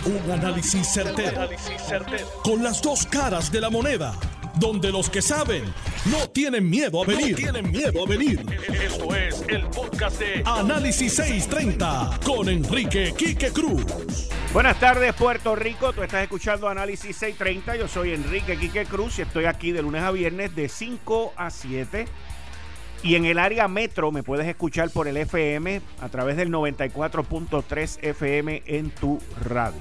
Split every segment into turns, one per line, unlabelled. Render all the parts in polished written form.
Un análisis certero, con las dos caras de la moneda, donde los que saben no tienen miedo a venir. Esto es el podcast de Análisis 630 con Enrique Quique Cruz.
Buenas tardes, Puerto Rico. Tú estás escuchando Análisis 630. Yo soy Enrique Quique Cruz y estoy aquí de lunes a viernes de 5 a 7. Y en el área metro me puedes escuchar por el FM a través del 94.3 FM en tu radio.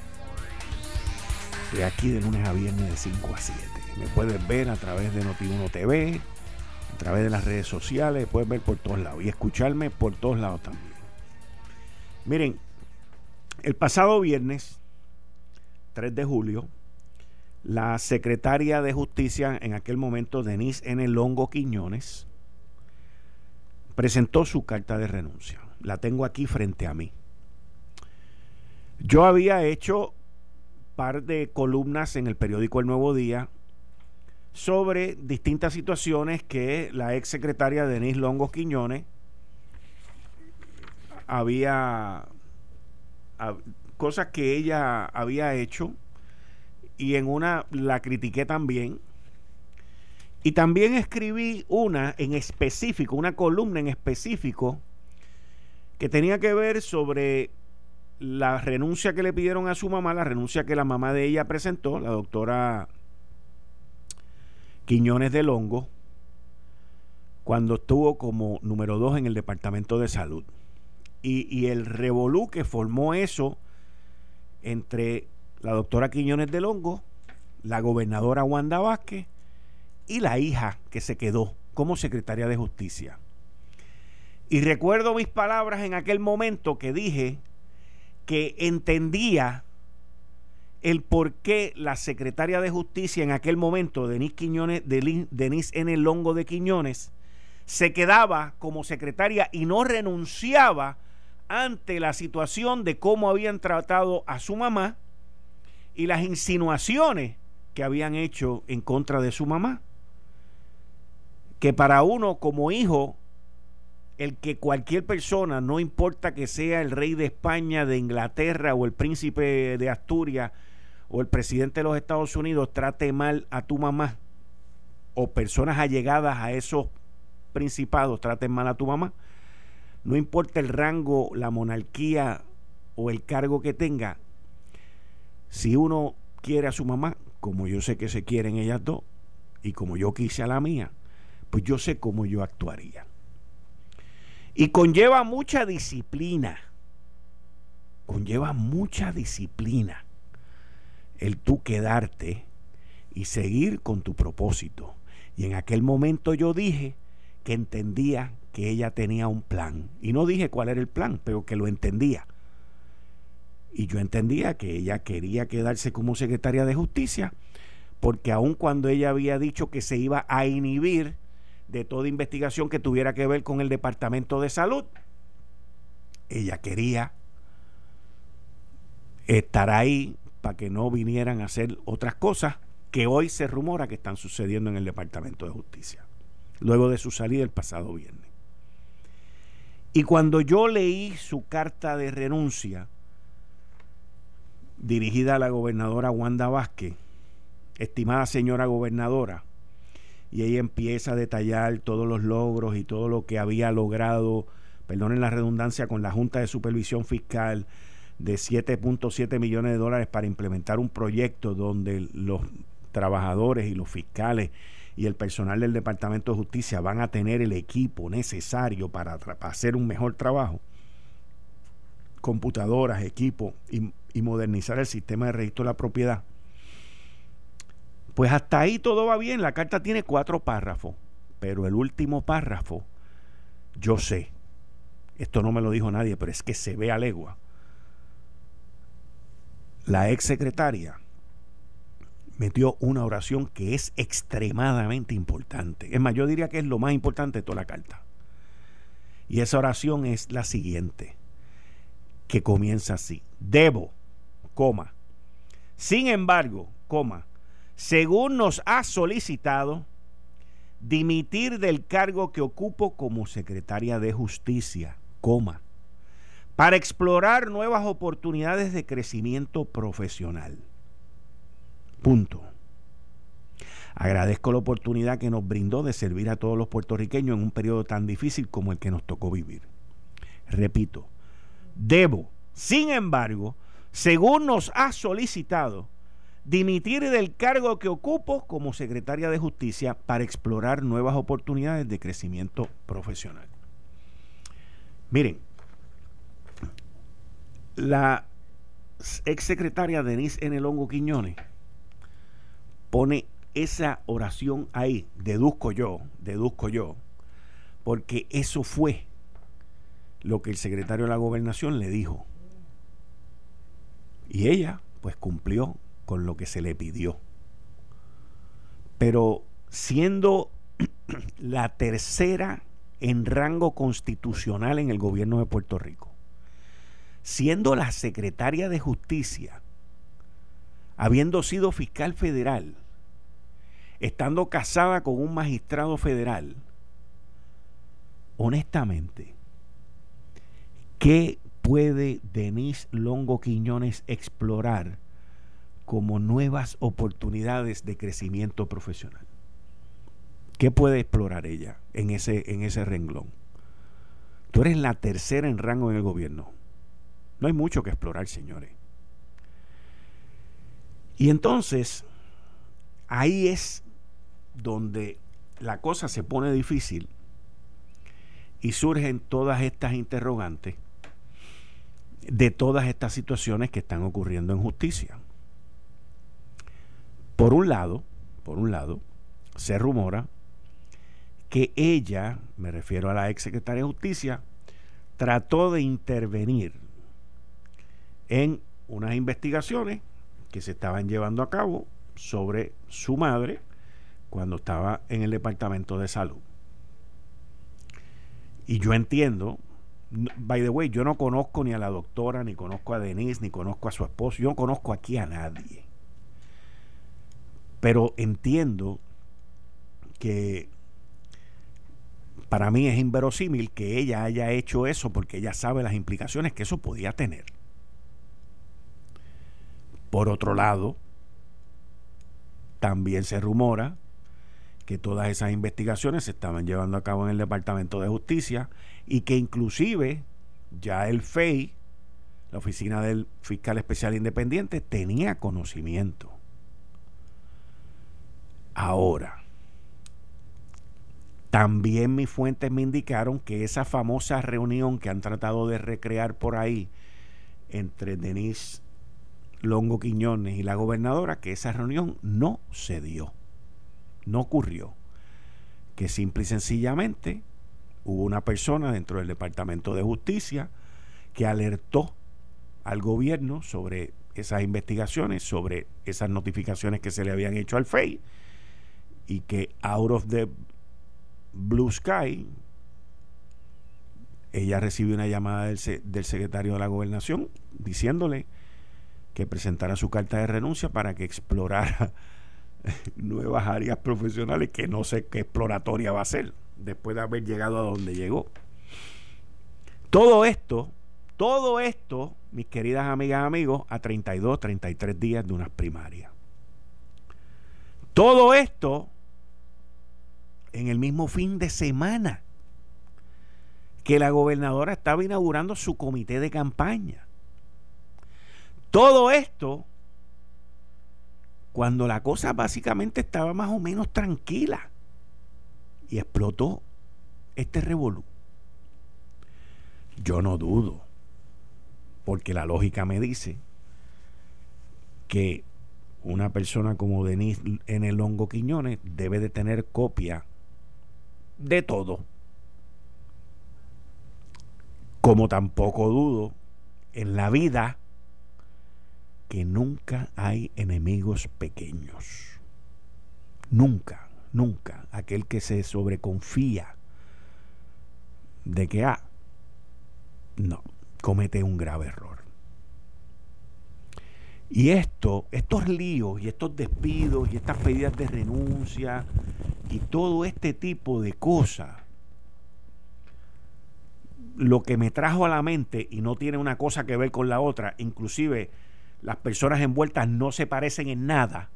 Estoy aquí de lunes a viernes de 5 a 7. Me puedes ver a través de Noti1 TV, a través de las redes sociales, puedes ver por todos lados y escucharme por todos lados también. Miren, el pasado viernes, 3 de julio, la secretaria de Justicia, en aquel momento Denise N. Longo Quiñones, presentó su carta de renuncia. La tengo aquí frente a mí. Yo había hecho par de columnas en el periódico El Nuevo Día sobre distintas situaciones que la ex secretaria Denise Longo Quiñones cosas que ella había hecho, y en una la critiqué también. Y también escribí una columna en específico que tenía que ver sobre la renuncia que le pidieron a su mamá, la renuncia que la mamá de ella presentó, la doctora Quiñones de Longo, cuando estuvo como número 2 en el Departamento de Salud. Y el revolú que formó eso entre la doctora Quiñones de Longo, la gobernadora Wanda Vázquez y la hija que se quedó como secretaria de Justicia. Y recuerdo mis palabras en aquel momento que dije que entendía el por qué la secretaria de Justicia en aquel momento, Denise N. Longo de Quiñones, se quedaba como secretaria y no renunciaba ante la situación de cómo habían tratado a su mamá y las insinuaciones que habían hecho en contra de su mamá. Que para uno como hijo, el que cualquier persona, no importa que sea el rey de España, de Inglaterra o el príncipe de Asturias o el presidente de los Estados Unidos, trate mal a tu mamá, o personas allegadas a esos principados traten mal a tu mamá, no importa el rango, la monarquía o el cargo que tenga, si uno quiere a su mamá, como yo sé que se quieren ellas dos, y como yo quise a la mía, pues yo sé cómo yo actuaría. Y conlleva mucha disciplina el tú quedarte y seguir con tu propósito. Y en aquel momento yo dije que entendía que ella tenía un plan, y no dije cuál era el plan, pero que lo entendía. Y yo entendía que ella quería quedarse como secretaria de Justicia, porque aun cuando ella había dicho que se iba a inhibir de toda investigación que tuviera que ver con el Departamento de Salud, ella quería estar ahí para que no vinieran a hacer otras cosas que hoy se rumora que están sucediendo en el Departamento de Justicia, luego de su salida el pasado viernes. Y cuando yo leí su carta de renuncia dirigida a la gobernadora Wanda Vázquez, estimada señora gobernadora, y ella empieza a detallar todos los logros y todo lo que había logrado, perdonen la redundancia, con la Junta de Supervisión Fiscal de 7.7 millones de dólares para implementar un proyecto donde los trabajadores y los fiscales y el personal del Departamento de Justicia van a tener el equipo necesario para hacer un mejor trabajo, computadoras, equipo y modernizar el sistema de registro de la propiedad. Pues hasta ahí todo va bien. La carta tiene 4 párrafos, pero el último párrafo, yo sé, esto no me lo dijo nadie, pero es que se ve a legua. La ex secretaria metió una oración que es extremadamente importante. Es más, yo diría que es lo más importante de toda la carta. Y esa oración es la siguiente, que comienza así: debo, coma, sin embargo, coma, según nos ha solicitado, dimitir del cargo que ocupo como secretaria de Justicia, coma, para explorar nuevas oportunidades de crecimiento profesional. Punto. Agradezco la oportunidad que nos brindó de servir a todos los puertorriqueños en un periodo tan difícil como el que nos tocó vivir. Repito, debo, sin embargo, según nos ha solicitado, dimitir del cargo que ocupo como secretaria de Justicia para explorar nuevas oportunidades de crecimiento profesional. Miren, la exsecretaria Denise N. Longo Quiñones pone esa oración ahí, deduzco yo, porque eso fue lo que el secretario de la Gobernación le dijo. Y ella, pues, cumplió con lo que se le pidió. Pero siendo la tercera en rango constitucional en el gobierno de Puerto Rico, siendo la secretaria de Justicia, habiendo sido fiscal federal, estando casada con un magistrado federal, honestamente, ¿qué puede Denise Longo Quiñones explorar como nuevas oportunidades de crecimiento profesional? ¿Qué puede explorar ella en ese renglón? Tú eres la tercera en rango en el gobierno. No hay mucho que explorar, señores. Y entonces, ahí es donde la cosa se pone difícil y surgen todas estas interrogantes de todas estas situaciones que están ocurriendo en justicia. Por un lado, se rumora que ella, me refiero a la ex secretaria de Justicia, trató de intervenir en unas investigaciones que se estaban llevando a cabo sobre su madre cuando estaba en el Departamento de Salud. Y yo entiendo, by the way, yo no conozco ni a la doctora, ni conozco a Denise, ni conozco a su esposo, yo no conozco aquí a nadie. Pero entiendo que para mí es inverosímil que ella haya hecho eso porque ella sabe las implicaciones que eso podía tener. Por otro lado, también se rumora que todas esas investigaciones se estaban llevando a cabo en el Departamento de Justicia y que inclusive ya el FEI, la Oficina del Fiscal Especial Independiente, tenía conocimiento. Ahora, también mis fuentes me indicaron que esa famosa reunión que han tratado de recrear por ahí entre Denise Longo Quiñones y la gobernadora, que esa reunión no se dio, no ocurrió, que simple y sencillamente hubo una persona dentro del Departamento de Justicia que alertó al gobierno sobre esas investigaciones, sobre esas notificaciones que se le habían hecho al FEI, y que out of the blue sky ella recibió una llamada del secretario de la Gobernación diciéndole que presentara su carta de renuncia para que explorara nuevas áreas profesionales, que no sé qué exploratoria va a ser después de haber llegado a donde llegó. Todo esto, mis queridas amigas y amigos, a 32, 33 días de unas primarias. Todo esto en el mismo fin de semana que la gobernadora estaba inaugurando su comité de campaña. Todo esto cuando la cosa básicamente estaba más o menos tranquila y explotó este revolú. Yo no dudo, porque la lógica me dice que una persona como Denise N. Longo Quiñones debe de tener copia de todo. Como tampoco dudo en la vida que nunca hay enemigos pequeños. Nunca. Aquel que se sobreconfía de que no, comete un grave error. Y estos líos y estos despidos y estas pedidas de renuncia y todo este tipo de cosas lo que me trajo a la mente, y no tiene una cosa que ver con la otra, inclusive las personas envueltas no se parecen en nada,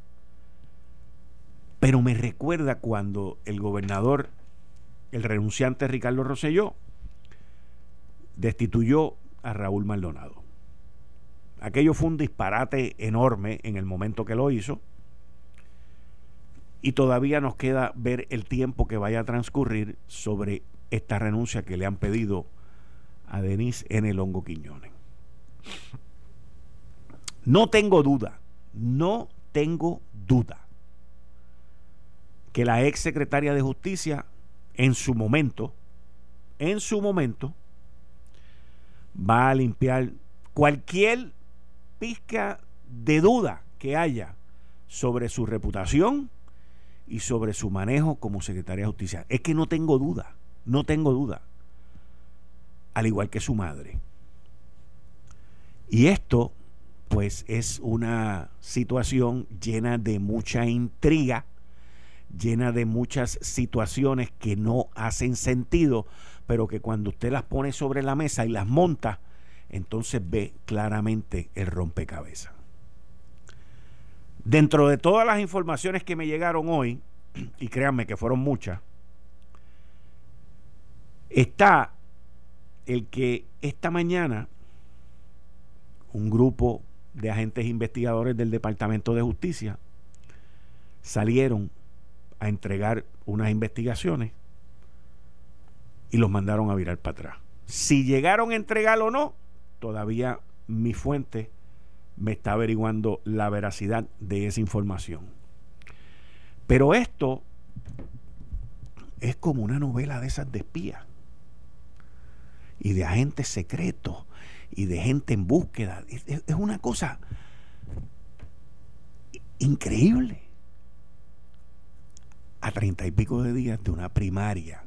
pero me recuerda cuando el gobernador, el renunciante Ricardo Rosselló, destituyó a Raúl Maldonado. Aquello fue un disparate enorme en el momento que lo hizo, y todavía nos queda ver el tiempo que vaya a transcurrir sobre esta renuncia que le han pedido a Denise N. Longo Quiñones. No tengo duda que la ex secretaria de Justicia en su momento va a limpiar cualquier pizca de duda que haya sobre su reputación y sobre su manejo como secretaria de Justicia. Es que no tengo duda, al igual que su madre. Y esto, pues, es una situación llena de mucha intriga, llena de muchas situaciones que no hacen sentido, pero que cuando usted las pone sobre la mesa y las monta, entonces ve claramente el rompecabezas. Dentro de todas las informaciones que me llegaron hoy, y créanme que fueron muchas, está el que esta mañana un grupo de agentes investigadores del Departamento de Justicia salieron a entregar unas investigaciones y los mandaron a virar para atrás. Si llegaron a entregarlo o no, todavía mi fuente me está averiguando la veracidad de esa información. Pero esto es como una novela de esas de espías y de agentes secretos y de gente en búsqueda. Es una cosa increíble. A 30 y pico de días de una primaria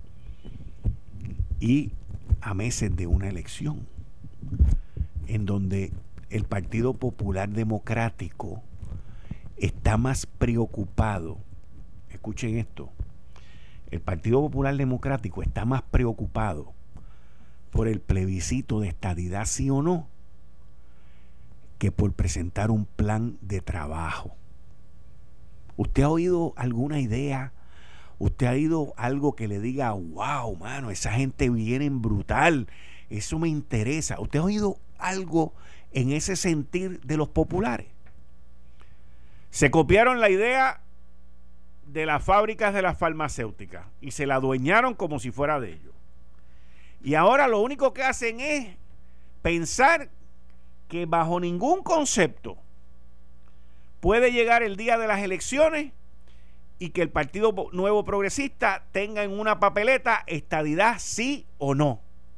y a meses de una elección en donde el Partido Popular Democrático está más preocupado, escuchen esto, el Partido Popular Democrático está más preocupado por el plebiscito de estadidad sí o no que por presentar un plan de trabajo. ¿Usted ha oído alguna idea? ¿Usted ha oído algo que le diga, wow, mano, esa gente viene en brutal, eso me interesa? ¿Usted ha oído algo en ese sentir de los populares? Se copiaron la idea de las fábricas de las farmacéuticas y se la adueñaron como si fuera de ellos. Y ahora lo único que hacen es pensar que bajo ningún concepto puede llegar el día de las elecciones y que el Partido Nuevo Progresista tenga en una papeleta estadidad sí o no.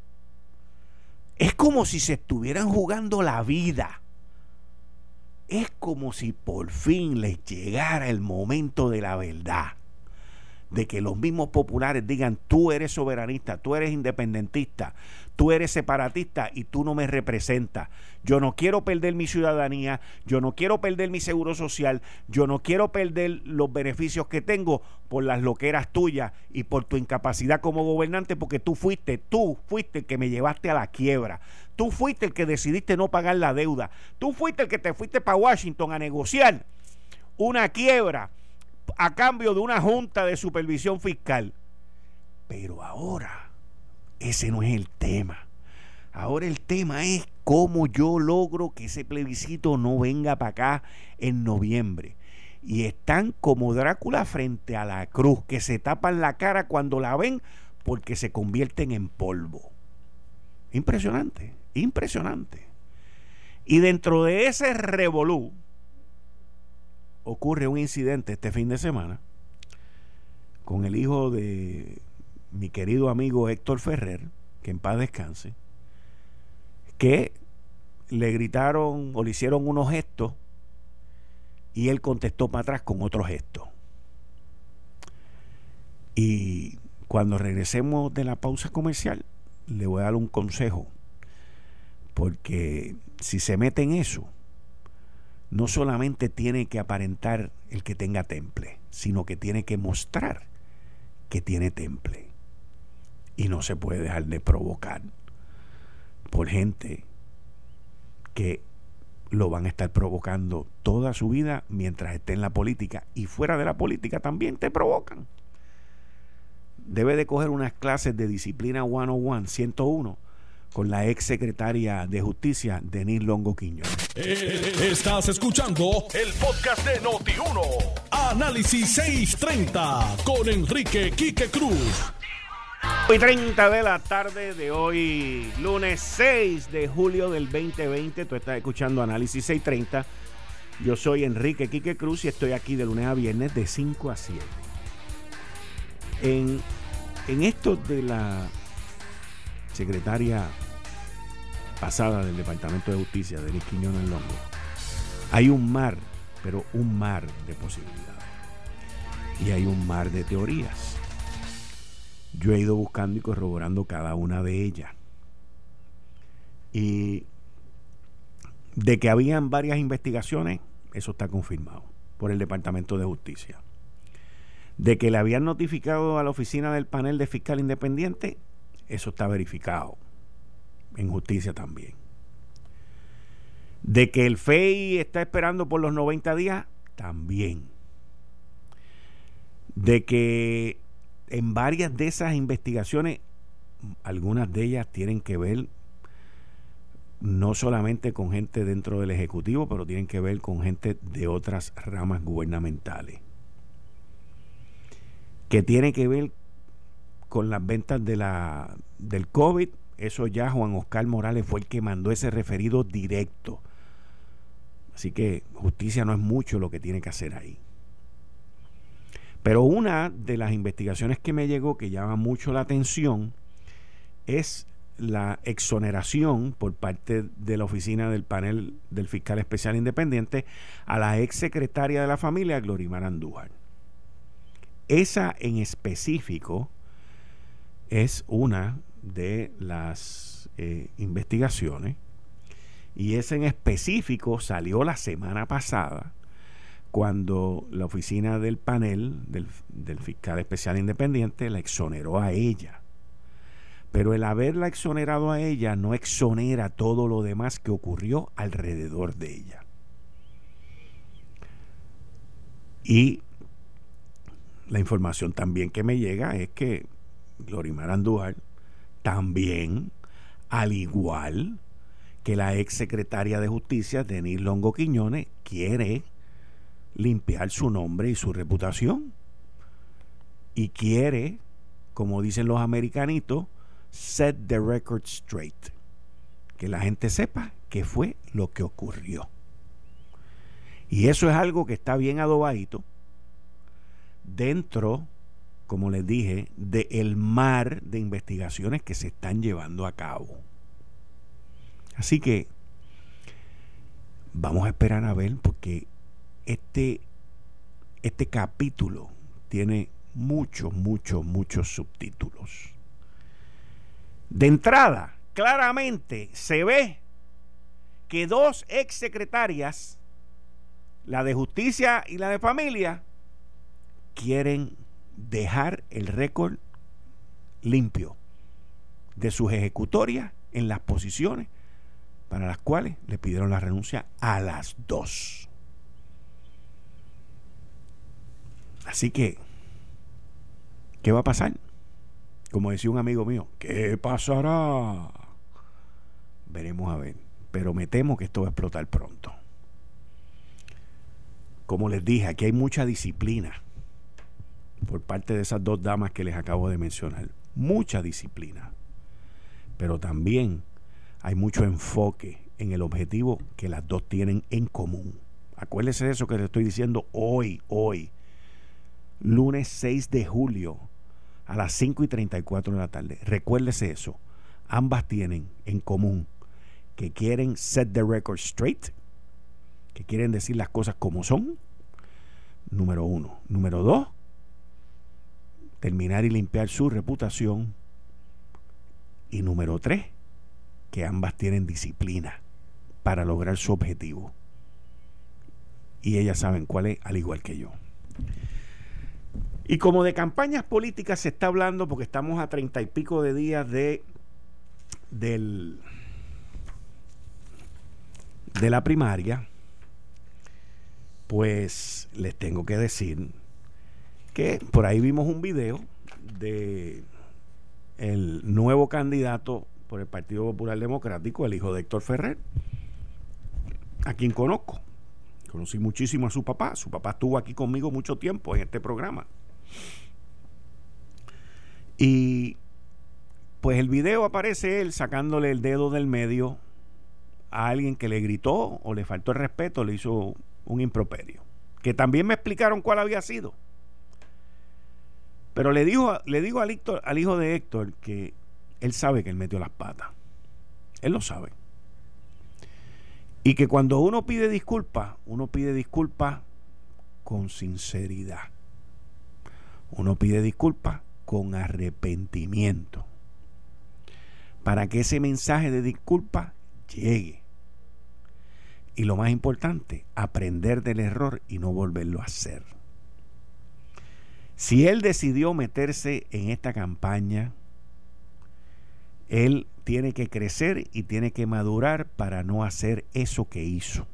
Es como si se estuvieran jugando la vida. Es como si por fin les llegara el momento de la verdad, de que los mismos populares digan, tú eres soberanista, tú eres independentista, tú eres separatista y tú no me representas. Yo no quiero perder mi ciudadanía, yo no quiero perder mi seguro social, yo no quiero perder los beneficios que tengo por las loqueras tuyas y por tu incapacidad como gobernante, porque tú fuiste el que me llevaste a la quiebra. Tú fuiste el que decidiste no pagar la deuda. Tú fuiste el que te fuiste para Washington a negociar una quiebra a cambio de una junta de supervisión fiscal. Pero ahora ese no es el tema. Ahora el tema es cómo yo logro que ese plebiscito no venga para acá en noviembre. Y están como Drácula frente a la cruz, que se tapan la cara cuando la ven porque se convierten en polvo. Impresionante, impresionante. Y dentro de ese revolú ocurre un incidente este fin de semana con el hijo de mi querido amigo Héctor Ferrer, que en paz descanse, que le gritaron o le hicieron unos gestos y él contestó para atrás con otro gesto. Y cuando regresemos de la pausa comercial le voy a dar un consejo, porque si se mete en eso, no solamente tiene que aparentar el que tenga temple, sino que tiene que mostrar que tiene temple. Y no se puede dejar de provocar por gente que lo van a estar provocando toda su vida mientras esté en la política, y fuera de la política también te provocan. Debe de coger unas clases de disciplina 101 con la ex secretaria de Justicia, Denise Longo Quiñones.
Estás escuchando el podcast de Noti1. Análisis 630 con Enrique Quique Cruz.
Hoy 30 de la tarde de hoy, lunes 6 de julio del 2020. Tú estás escuchando Análisis 630. Yo soy Enrique Quique Cruz y estoy aquí de lunes a viernes de 5 a 7. En esto de la secretaria pasada del Departamento de Justicia, Denise Quiñones Longo, hay un mar, pero un mar de posibilidades. Y hay un mar de teorías. Yo he ido buscando y corroborando cada una de ellas. Y de que habían varias investigaciones, eso está confirmado por el Departamento de Justicia. De que le habían notificado a la oficina del panel de fiscal independiente, eso está verificado en Justicia también. De que el FEI está esperando por los 90 días, también. De que en varias de esas investigaciones, algunas de ellas tienen que ver no solamente con gente dentro del Ejecutivo, pero tienen que ver con gente de otras ramas gubernamentales. Que tiene que ver con las ventas del COVID. Eso ya Juan Oscar Morales fue el que mandó ese referido directo. Así que Justicia no es mucho lo que tiene que hacer ahí. Pero una de las investigaciones que me llegó, que llama mucho la atención, es la exoneración por parte de la oficina del panel del fiscal especial independiente a la ex secretaria de la familia, Glorimar Andújar. Esa en específico es una de las investigaciones, y esa en específico salió la semana pasada, cuando la oficina del panel del fiscal especial independiente la exoneró a ella. Pero el haberla exonerado a ella no exonera todo lo demás que ocurrió alrededor de ella. Y la información también que me llega es que Glorimar Andújar también, al igual que la ex secretaria de Justicia, Denise Longo Quiñones, quiere limpiar su nombre y su reputación. Y quiere, como dicen los americanitos, set the record straight. Que la gente sepa qué fue lo que ocurrió. Y eso es algo que está bien adobadito dentro, como les dije, del mar de investigaciones que se están llevando a cabo. Así que vamos a esperar a ver, porque este capítulo tiene muchos subtítulos. De entrada, claramente se ve que dos ex secretarias, la de Justicia y la de Familia, quieren dejar el récord limpio de sus ejecutorias en las posiciones para las cuales le pidieron la renuncia a las dos. Así que, ¿qué va a pasar? Como decía un amigo mío, ¿qué pasará? Veremos a ver. Pero me temo que esto va a explotar pronto. Como les dije, aquí hay mucha disciplina por parte de esas dos damas que les acabo de mencionar. Mucha disciplina. Pero también hay mucho enfoque en el objetivo que las dos tienen en común. Acuérdese de eso que les estoy diciendo hoy, lunes 6 de julio a las 5:34 de la tarde. Recuérdese eso. Ambas tienen en común que quieren set the record straight, que quieren decir las cosas como son. Número 1. Número 2, terminar y limpiar su reputación. Y número 3, que ambas tienen disciplina para lograr su objetivo. Y ellas saben cuál es, al igual que yo. Y como de campañas políticas se está hablando, porque estamos a 30 y pico de días de la primaria, pues les tengo que decir que por ahí vimos un video de el nuevo candidato por el Partido Popular Democrático, el hijo de Héctor Ferrer, a quien conocí muchísimo a su papá estuvo aquí conmigo mucho tiempo en este programa, y pues el video aparece él sacándole el dedo del medio a alguien que le gritó o le faltó el respeto, le hizo un improperio, que también me explicaron cuál había sido. Pero le digo al hijo de Héctor que él sabe que él metió las patas. Él lo sabe. Y que cuando uno pide disculpas con sinceridad. Uno pide disculpas con arrepentimiento. Para que ese mensaje de disculpa llegue. Y lo más importante, aprender del error y no volverlo a hacer. Si él decidió meterse en esta campaña, él tiene que crecer y tiene que madurar para no hacer eso que hizo.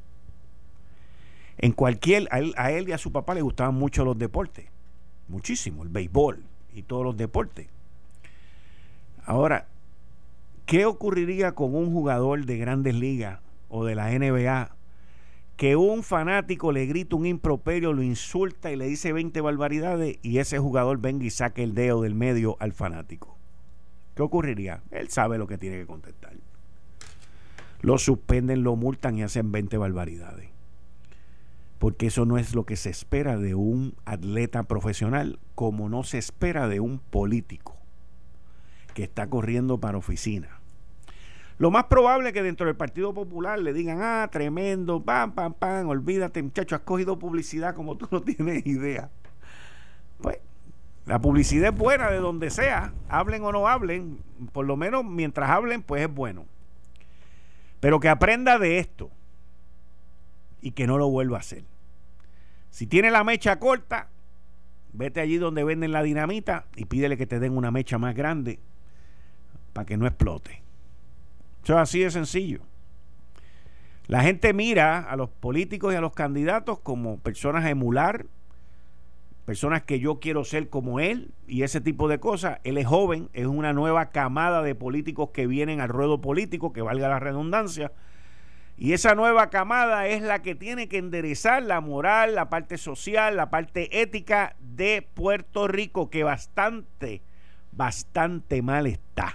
A él y a su papá le gustaban mucho los deportes, muchísimo, el béisbol y todos los deportes. Ahora, ¿qué ocurriría con un jugador de Grandes Ligas o de la NBA que un fanático le grita un improperio, lo insulta y le dice 20 barbaridades y ese jugador venga y saque el dedo del medio al fanático? ¿Qué ocurriría? Él sabe lo que tiene que contestar. Lo suspenden, lo multan y hacen 20 barbaridades. Porque eso no es lo que se espera de un atleta profesional, como no se espera de un político que está corriendo para oficina. Lo más probable es que dentro del Partido Popular le digan, tremendo, pam, olvídate, muchacho, has cogido publicidad como tú no tienes idea. Pues, la publicidad es buena de donde sea, hablen o no hablen, por lo menos mientras hablen, pues es bueno. Pero que aprenda de esto y que no lo vuelva a hacer. Si tiene la mecha corta, vete allí donde venden la dinamita y pídele que te den una mecha más grande para que no explote. Eso es así de sencillo. La gente mira a los políticos y a los candidatos como personas a emular, personas que yo quiero ser como él y ese tipo de cosas. Él es joven, es una nueva camada de políticos que vienen al ruedo político, que valga la redundancia, y esa nueva camada es la que tiene que enderezar la moral, la parte social, la parte ética de Puerto Rico, que bastante mal está.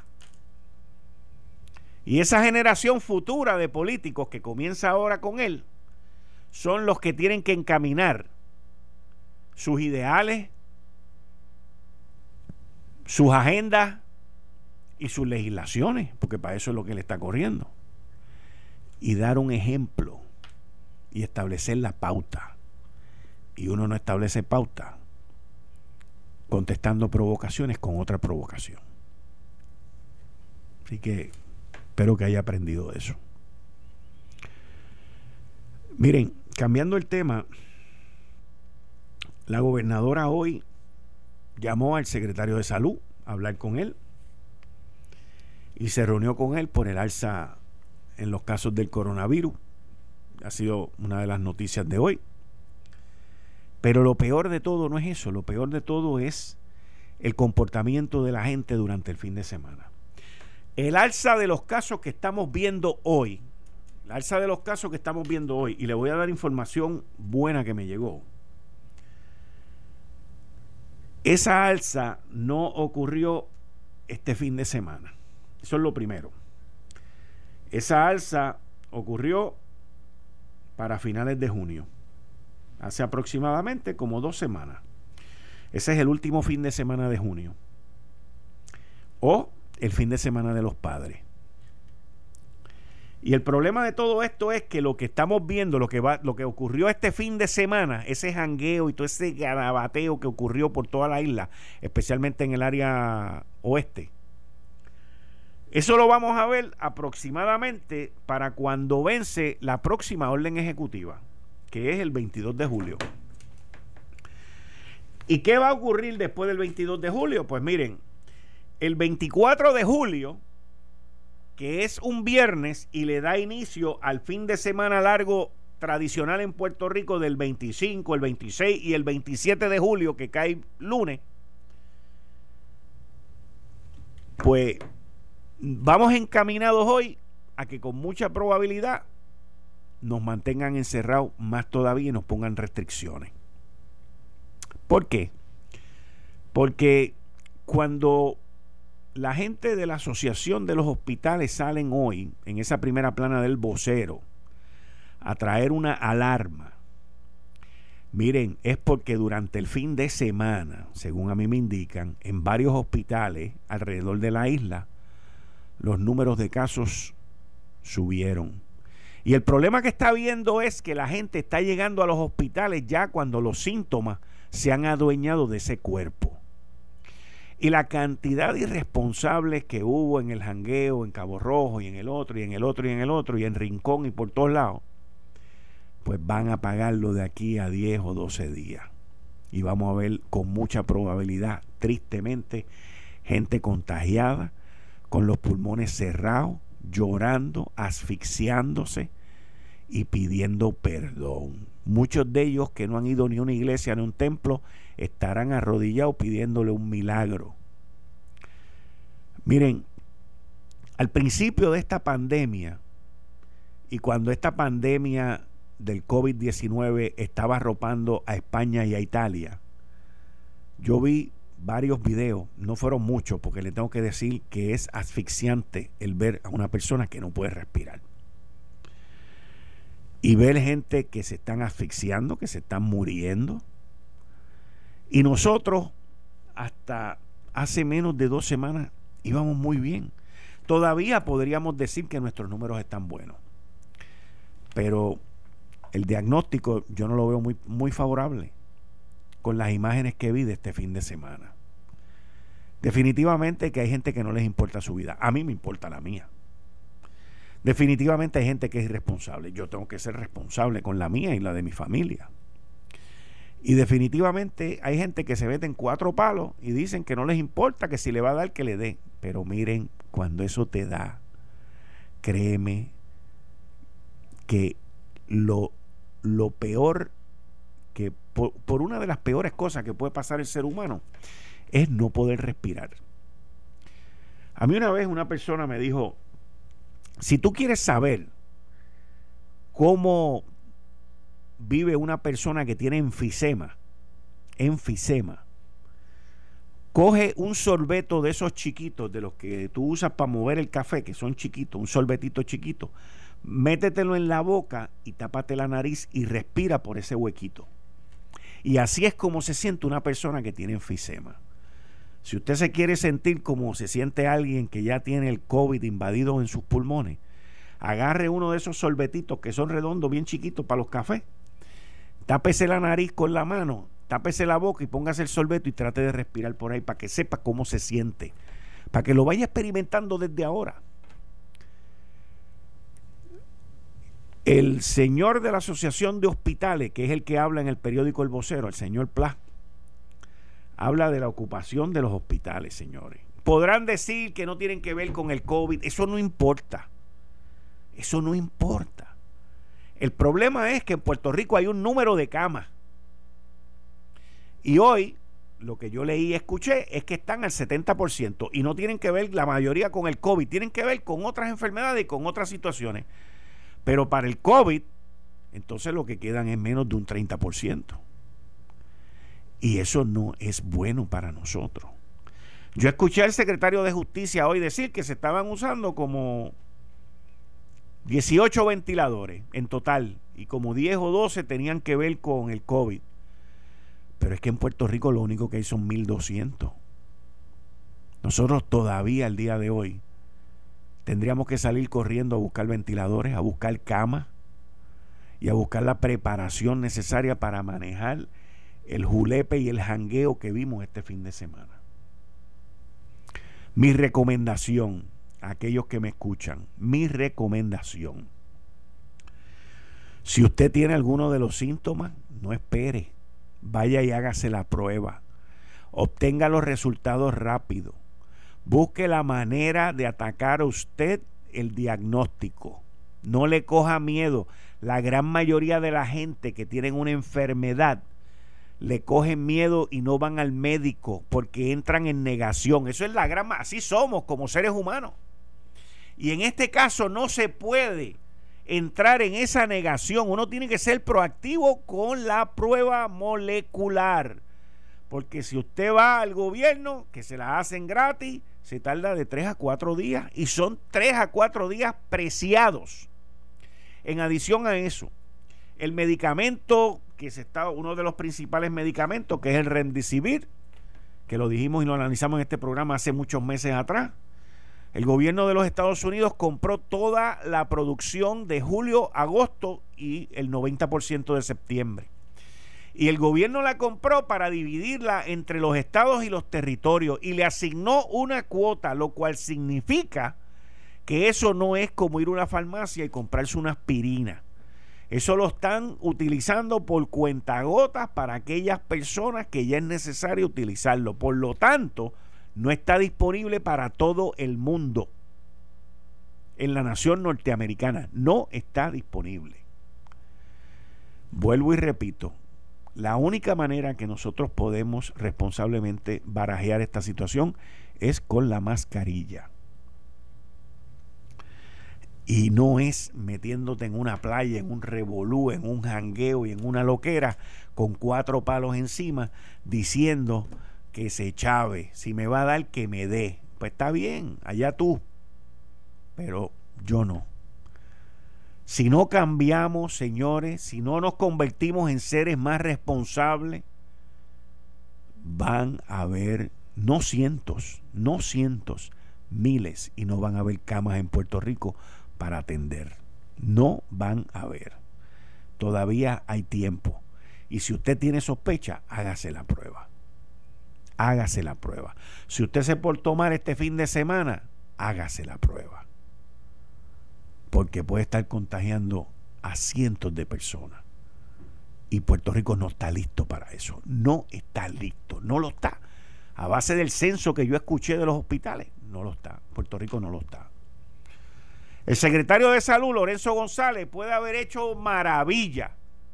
Y esa generación futura de políticos que comienza ahora con él son los que tienen que encaminar sus ideales, sus agendas y sus legislaciones, porque para eso es lo que él está corriendo. Y dar un ejemplo y establecer la pauta. Y uno no establece pauta contestando provocaciones con otra provocación. Así que espero que haya aprendido eso. Miren, cambiando el tema, la gobernadora hoy llamó al secretario de Salud a hablar con él y se reunió con él por el alza en los casos del coronavirus. Ha sido una de las noticias de hoy. Pero lo peor de todo no es eso, lo peor de todo es el comportamiento de la gente durante el fin de semana. El alza de los casos que estamos viendo hoy, y le voy a dar información buena que me llegó. Esa alza no ocurrió este fin de semana. Eso es lo primero. Esa alza ocurrió para finales de junio, hace aproximadamente como 2 semanas. Ese es el último fin de semana de junio. O el fin de semana de los padres. Y el problema de todo esto es que lo que estamos viendo, lo que ocurrió este fin de semana, ese jangueo y todo ese garabateo que ocurrió por toda la isla, especialmente en el área oeste, eso lo vamos a ver aproximadamente para cuando vence la próxima orden ejecutiva, que es el 22 de julio. ¿Y qué va a ocurrir después del 22 de julio? Pues miren, el 24 de julio, que es un viernes y le da inicio al fin de semana largo tradicional en Puerto Rico del 25, el 26 y el 27 de julio, que cae lunes, pues vamos encaminados hoy a que con mucha probabilidad nos mantengan encerrados más todavía y nos pongan restricciones. ¿Por qué? Porque cuando la gente de la Asociación de los Hospitales salen hoy en esa primera plana del vocero a traer una alarma, miren, es porque durante el fin de semana, según a mí me indican, en varios hospitales alrededor de la isla, los números de casos subieron. Y el problema que está habiendo es que la gente está llegando a los hospitales ya cuando los síntomas se han adueñado de ese cuerpo. Y la cantidad de irresponsables que hubo en el jangueo, en Cabo Rojo y en el otro, y en el otro, y en el otro, y en Rincón y por todos lados, pues van a pagarlo de aquí a 10 o 12 días. Y vamos a ver con mucha probabilidad, tristemente, gente contagiada, con los pulmones cerrados, llorando, asfixiándose y pidiendo perdón. Muchos de ellos que no han ido ni a una iglesia ni a un templo estarán arrodillados pidiéndole un milagro. Miren, al principio de esta pandemia y cuando esta pandemia del COVID-19 estaba arropando a España y a Italia, yo vi varios videos, no fueron muchos porque le tengo que decir que es asfixiante el ver a una persona que no puede respirar y ver gente que se están asfixiando, que se están muriendo. Y nosotros hasta hace menos de 2 semanas íbamos muy bien. Todavía podríamos decir que nuestros números están buenos, pero el diagnóstico yo no lo veo muy favorable con las imágenes que vi de este fin de semana. Definitivamente que hay gente que no les importa su vida. A mí me importa la mía. Definitivamente hay gente que es irresponsable. Yo tengo que ser responsable con la mía y la de mi familia. Y definitivamente hay gente que se mete en 4 palos y dicen que no les importa, que si le va a dar, que le dé. Pero miren, cuando eso te da, créeme que lo peor, que por una de las peores cosas que puede pasar el ser humano es no poder respirar. A mí una vez una persona me dijo: si tú quieres saber cómo vive una persona que tiene enfisema, coge un sorbeto de esos chiquitos, de los que tú usas para mover el café, que son chiquitos, un sorbetito chiquito, métetelo en la boca y tápate la nariz y respira por ese huequito. Y así es como se siente una persona que tiene enfisema. Si usted se quiere sentir como se siente alguien que ya tiene el COVID invadido en sus pulmones, agarre uno de esos sorbetitos que son redondos, bien chiquitos para los cafés, tápese la nariz con la mano, tápese la boca y póngase el sorbeto y trate de respirar por ahí para que sepa cómo se siente, para que lo vaya experimentando desde ahora. El señor de la Asociación de Hospitales, que es el que habla en el periódico El Vocero, el señor Pla, habla de la ocupación de los hospitales, señores. Podrán decir que no tienen que ver con el COVID, eso no importa. Eso no importa. El problema es que en Puerto Rico hay un número de camas. Y hoy, lo que yo leí y escuché es que están al 70% y no tienen que ver la mayoría con el COVID, tienen que ver con otras enfermedades y con otras situaciones. Pero para el COVID, entonces lo que quedan es menos de un 30%. Y eso no es bueno para nosotros. Yo escuché al secretario de Justicia hoy decir que se estaban usando como 18 ventiladores en total y como 10 o 12 tenían que ver con el COVID. Pero es que en Puerto Rico lo único que hay son 1,200. Nosotros todavía al día de hoy tendríamos que salir corriendo a buscar ventiladores, a buscar camas y a buscar la preparación necesaria para manejar el julepe y el jangueo que vimos este fin de semana. Mi recomendación a aquellos que me escuchan, mi recomendación: si usted tiene alguno de los síntomas, no espere, vaya y hágase la prueba. Obtenga los resultados rápido. Busque la manera de atacar a usted el diagnóstico. No le coja miedo. La gran mayoría de la gente que tienen una enfermedad le cogen miedo y no van al médico porque entran en negación. Eso es la gran... Así somos como seres humanos. Y en este caso no se puede entrar en esa negación. Uno tiene que ser proactivo con la prueba molecular. Porque si usted va al gobierno, que se la hacen gratis, se tarda de 3 a 4 días. Y son 3 a 4 días preciados. En adición a eso, el medicamento uno de los principales medicamentos, que es el Remdesivir, que lo dijimos y lo analizamos en este programa hace muchos meses atrás. El gobierno de los Estados Unidos compró toda la producción de julio, agosto y el 90% de septiembre. Y el gobierno la compró para dividirla entre los estados y los territorios y le asignó una cuota, lo cual significa que eso no es como ir a una farmacia y comprarse una aspirina. Eso lo están utilizando por cuentagotas para aquellas personas que ya es necesario utilizarlo. Por lo tanto, no está disponible para todo el mundo. En la nación norteamericana no está disponible. Vuelvo y repito, la única manera que nosotros podemos responsablemente barajear esta situación es con la mascarilla. Y no es metiéndote en una playa, en un revolú, en un jangueo y en una loquera con 4 palos encima diciendo que se chave, si me va a dar que me dé. Pues está bien, allá tú, pero yo no. Si no cambiamos, señores, si no nos convertimos en seres más responsables, van a haber no cientos, miles, y no van a haber camas en Puerto Rico para atender. No van a haber. Todavía hay tiempo. Y si usted tiene sospecha, hágase la prueba. Hágase la prueba. Si usted se portó mal este fin de semana, hágase la prueba. Porque puede estar contagiando a cientos de personas. Y Puerto Rico no está listo para eso. No está listo. No lo está. A base del censo que yo escuché de los hospitales, no lo está. Puerto Rico no lo está. El secretario de Salud, Lorenzo González, puede haber hecho maravilla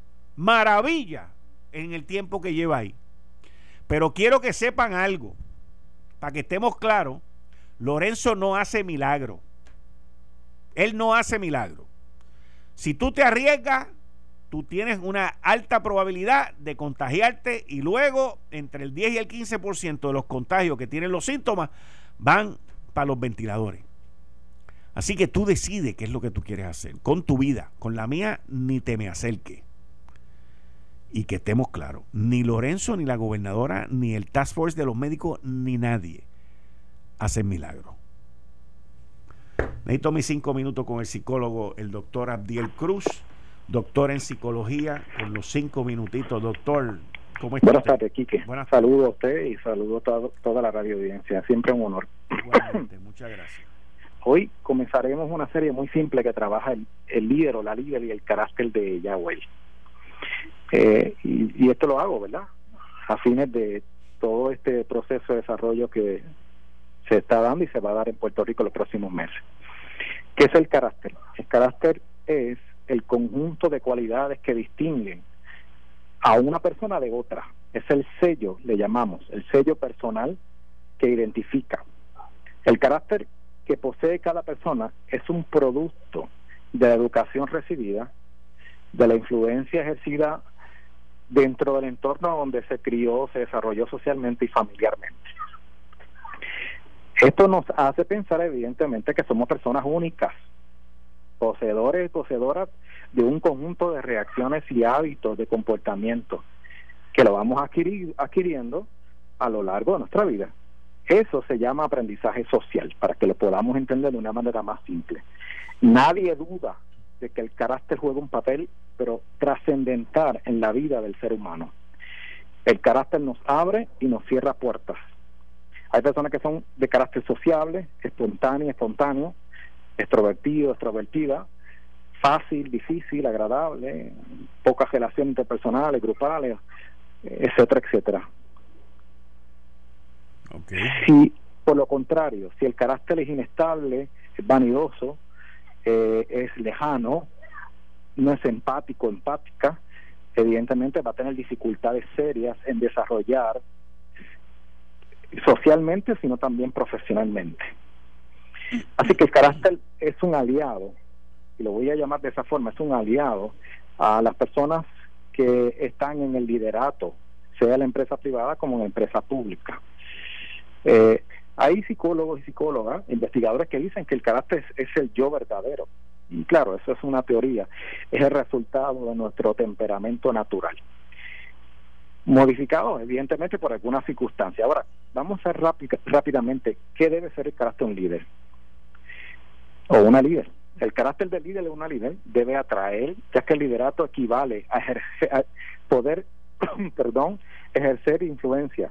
en el tiempo que lleva ahí. Pero quiero que sepan algo, para que estemos claros, Lorenzo no hace milagro. Él no hace milagro. Si tú te arriesgas, tú tienes una alta probabilidad de contagiarte y luego entre el 10 y el 15% de los contagios que tienen los síntomas van para los ventiladores. Así que tú decides qué es lo que tú quieres hacer con tu vida. Con la mía ni te me acerques. Y que estemos claros, ni Lorenzo, ni la gobernadora, ni el Task Force de los médicos, ni nadie hacen milagro. Necesito mis 5 minutos con el psicólogo, el doctor Abdiel Cruz, doctor en psicología, con los 5 minutitos. Doctor, ¿cómo está?
Buenas tardes, Quique. Saludo a usted y saludo a toda la radio audiencia. Siempre un honor.
Igualmente, muchas gracias.
Hoy comenzaremos una serie muy simple que trabaja el líder o la líder y el carácter de Yahweh. Y esto lo hago, ¿verdad?, a fines de todo este proceso de desarrollo que se está dando y se va a dar en Puerto Rico los próximos meses. ¿Qué es el carácter? El carácter es el conjunto de cualidades que distinguen a una persona de otra. Es el sello, le llamamos, el sello personal que identifica. El carácter que posee cada persona es un producto de la educación recibida, de la influencia ejercida dentro del entorno donde se crió, se desarrolló socialmente y familiarmente. Esto nos hace pensar evidentemente que somos personas únicas, poseedores y poseedoras de un conjunto de reacciones y hábitos de comportamiento que lo vamos adquiriendo a lo largo de nuestra vida. Eso se llama aprendizaje social, para que lo podamos entender de una manera más simple. Nadie duda de que el carácter juega un papel, pero trascendental en la vida del ser humano. El carácter nos abre y nos cierra puertas. Hay personas que son de carácter sociable, espontáneo, extrovertido, extrovertida, fácil, difícil, agradable, pocas relaciones interpersonales, grupales, etcétera, etcétera.
Okay.
Si, por lo contrario, si el carácter es inestable, es vanidoso, es lejano, no es empático, empática, evidentemente va a tener dificultades serias en desarrollar socialmente, sino también profesionalmente. Así que el carácter es un aliado, y lo voy a llamar de esa forma, es un aliado a las personas que están en el liderato, sea en la empresa privada como en la empresa pública. Hay psicólogos y psicólogas, investigadores que dicen que el carácter es el yo verdadero. Y claro, eso es una teoría, es el resultado de nuestro temperamento natural, modificado evidentemente por alguna circunstancia. Ahora, vamos a ver rápidamente qué debe ser el carácter de un líder o una líder. El carácter del líder de una líder debe atraer, ya que el liderato equivale a poder ejercer influencia.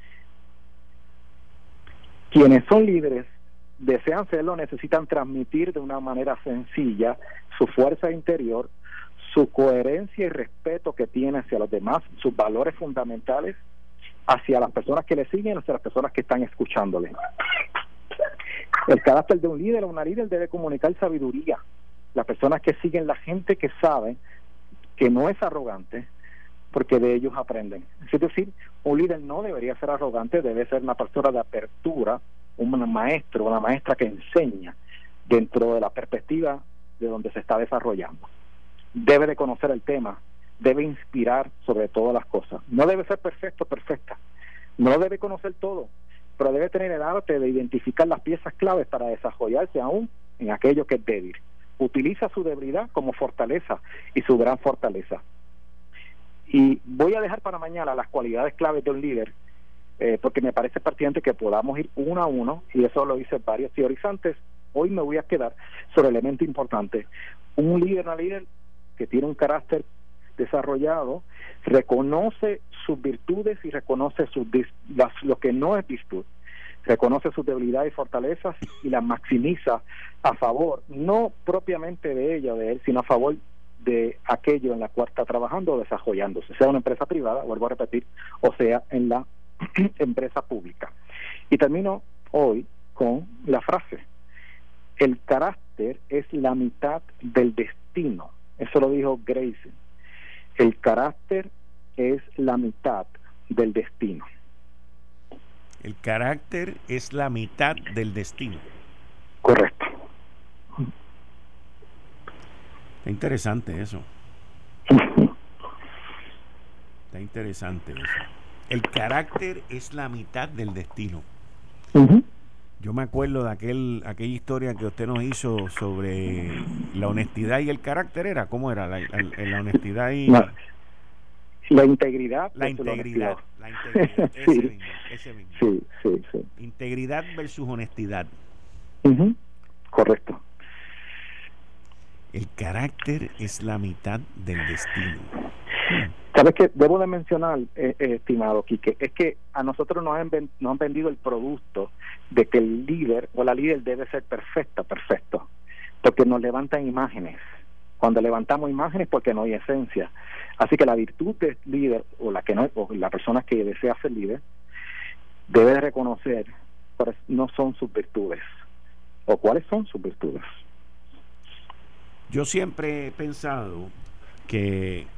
Quienes son líderes desean serlo, necesitan transmitir de una manera sencilla su fuerza interior, su coherencia y respeto que tiene hacia los demás, sus valores fundamentales hacia las personas que le siguen, hacia las personas que están escuchándole. El carácter de un líder o una líder debe comunicar sabiduría. Las personas que siguen la gente que saben que no es arrogante, porque de ellos aprenden. Es decir, un líder no debería ser arrogante, debe ser una persona de apertura, un maestro, una maestra que enseña dentro de la perspectiva de donde se está desarrollando. Debe de conocer el tema, debe inspirar sobre todas las cosas. No debe ser perfecto, perfecta. No debe conocer todo, pero debe tener el arte de identificar las piezas claves para desarrollarse aún en aquello que es débil. Utiliza su debilidad como fortaleza y su gran fortaleza. Y voy a dejar para mañana las cualidades claves de un líder, porque me parece pertinente que podamos ir uno a uno, y eso lo dicen varios teorizantes. Hoy me voy a quedar sobre el elemento importante. Un líder, una líder que tiene un carácter desarrollado, reconoce sus virtudes y reconoce lo que no es virtud, reconoce sus debilidades y fortalezas y las maximiza a favor, no propiamente de ella o de él, sino a favor de aquello en la cual está trabajando o desarrollándose, sea una empresa privada, vuelvo a repetir, o sea en la empresa pública. Y termino hoy con la frase: el carácter es la mitad del destino. Eso lo dijo Grayson. El carácter es la mitad del destino.
El carácter es la mitad del destino.
Correcto.
Está interesante eso. Está interesante eso. El carácter es la mitad del destino. Yo me acuerdo de aquella historia que usted nos hizo sobre la honestidad y el carácter. ¿Cómo era? La honestidad y...
No. La integridad.
La integridad.
Sí.
Ese mismo.
Sí.
Integridad versus honestidad.
Correcto.
El carácter es la mitad del destino.
¿Sabes qué? Debo de mencionar, estimado Quique, es que a nosotros nos han vendido el producto de que el líder o la líder debe ser perfecto, porque nos levantan imágenes. Cuando levantamos imágenes, porque no hay esencia. Así que la virtud del líder o la persona que desea ser líder debe de reconocer cuáles no son sus virtudes o cuáles son sus virtudes.
Yo siempre he pensado que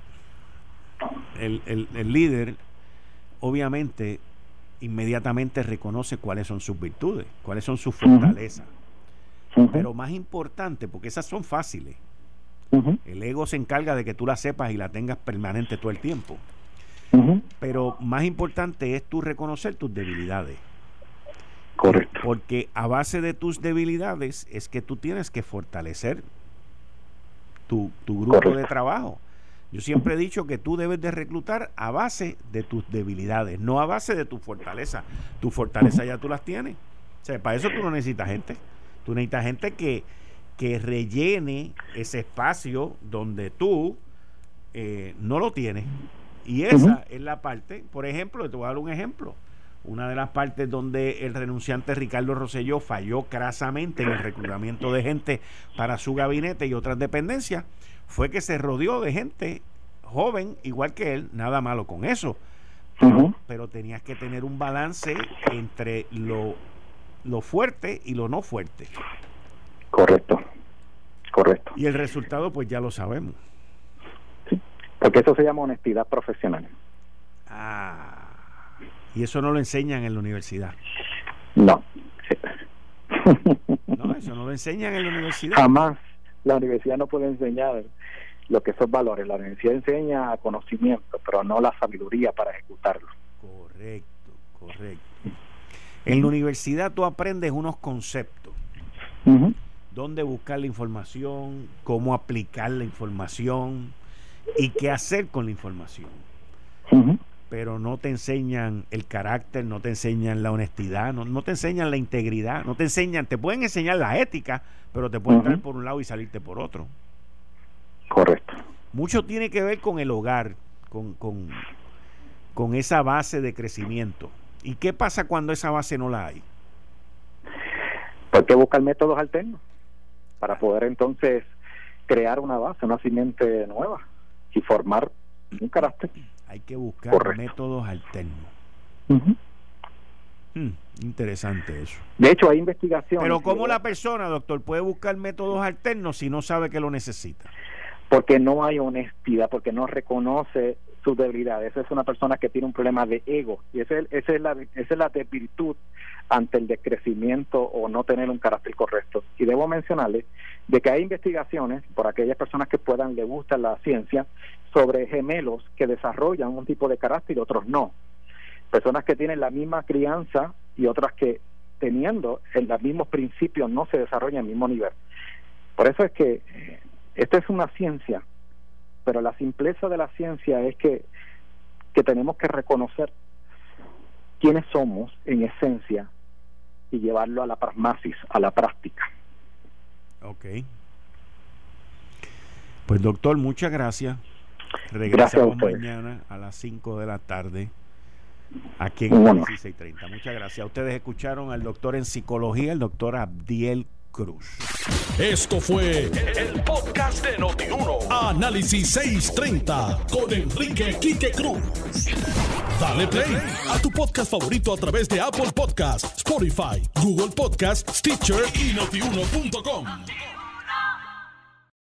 el líder obviamente inmediatamente reconoce cuáles son sus virtudes, cuáles son sus fortalezas. Pero más importante, porque esas son fáciles, el ego se encarga de que tú la sepas y la tengas permanente todo el tiempo. Pero más importante es tú reconocer tus debilidades.
Correcto.
Porque a base de tus debilidades es que tú tienes que fortalecer tu grupo
Correcto.
de trabajo. Yo siempre he dicho que tú debes de reclutar a base de tus debilidades, no a base de tu fortaleza. Tu fortaleza ya tú las tienes. O sea, para eso tú no necesitas gente. Tú necesitas gente que rellene ese espacio donde tú no lo tienes. Y esa es la parte, por ejemplo, te voy a dar un ejemplo. Una de las partes donde el renunciante Ricardo Rosselló falló crasamente en el reclutamiento de gente para su gabinete y otras dependencias fue que se rodeó de gente joven igual que él. Nada malo con eso, pero tenías que tener un balance entre lo fuerte y lo no fuerte.
Correcto.
Y el resultado pues ya lo sabemos.
Sí, porque eso se llama honestidad profesional.
Y eso no lo enseñan en la universidad.
No.
No, eso no lo enseñan en la universidad.
Jamás. La universidad no puede enseñar lo que son valores. La universidad enseña conocimiento, pero no la sabiduría para ejecutarlo.
Correcto. En la universidad tú aprendes unos conceptos. Dónde buscar la información, cómo aplicar la información y qué hacer con la información. Pero no te enseñan el carácter, no te enseñan la honestidad, no te enseñan la integridad, no te enseñan, te pueden enseñar la ética, pero te pueden entrar por un lado y salirte por otro.
Correcto.
Mucho tiene que ver con el hogar, con esa base de crecimiento. ¿Y qué pasa cuando esa base no la hay?
Pues hay que buscar métodos alternos para poder entonces crear una base, una simiente nueva y formar un carácter.
Hay que buscar métodos alternos. Interesante eso.
De hecho, hay investigaciones.
Pero ¿cómo la persona, doctor, puede buscar métodos alternos si no sabe que lo necesita?
Porque no hay honestidad, porque no reconoce sus debilidades. Esa es una persona que tiene un problema de ego, y esa es la virtud ante el decrecimiento o no tener un carácter correcto. Y debo mencionarle de que hay investigaciones, por aquellas personas que le gusta la ciencia, sobre gemelos que desarrollan un tipo de carácter y otros no. Personas que tienen la misma crianza y otras que teniendo los mismos principios no se desarrollan al mismo nivel. Por eso es que esto es una ciencia, pero la simpleza de la ciencia es que tenemos que reconocer quiénes somos en esencia y llevarlo a la pragmasis, a la práctica.
Ok. Pues doctor, muchas gracias. Regresamos mañana a las 5 de la tarde aquí en Análisis 630. Muchas gracias. Ustedes escucharon al doctor en psicología, el doctor Abdiel Cruz.
Esto fue el podcast de Noti1. Análisis 630 con Enrique Quique Cruz. Dale play a tu podcast favorito a través de Apple Podcasts, Spotify, Google Podcasts, Stitcher y Noti1.com.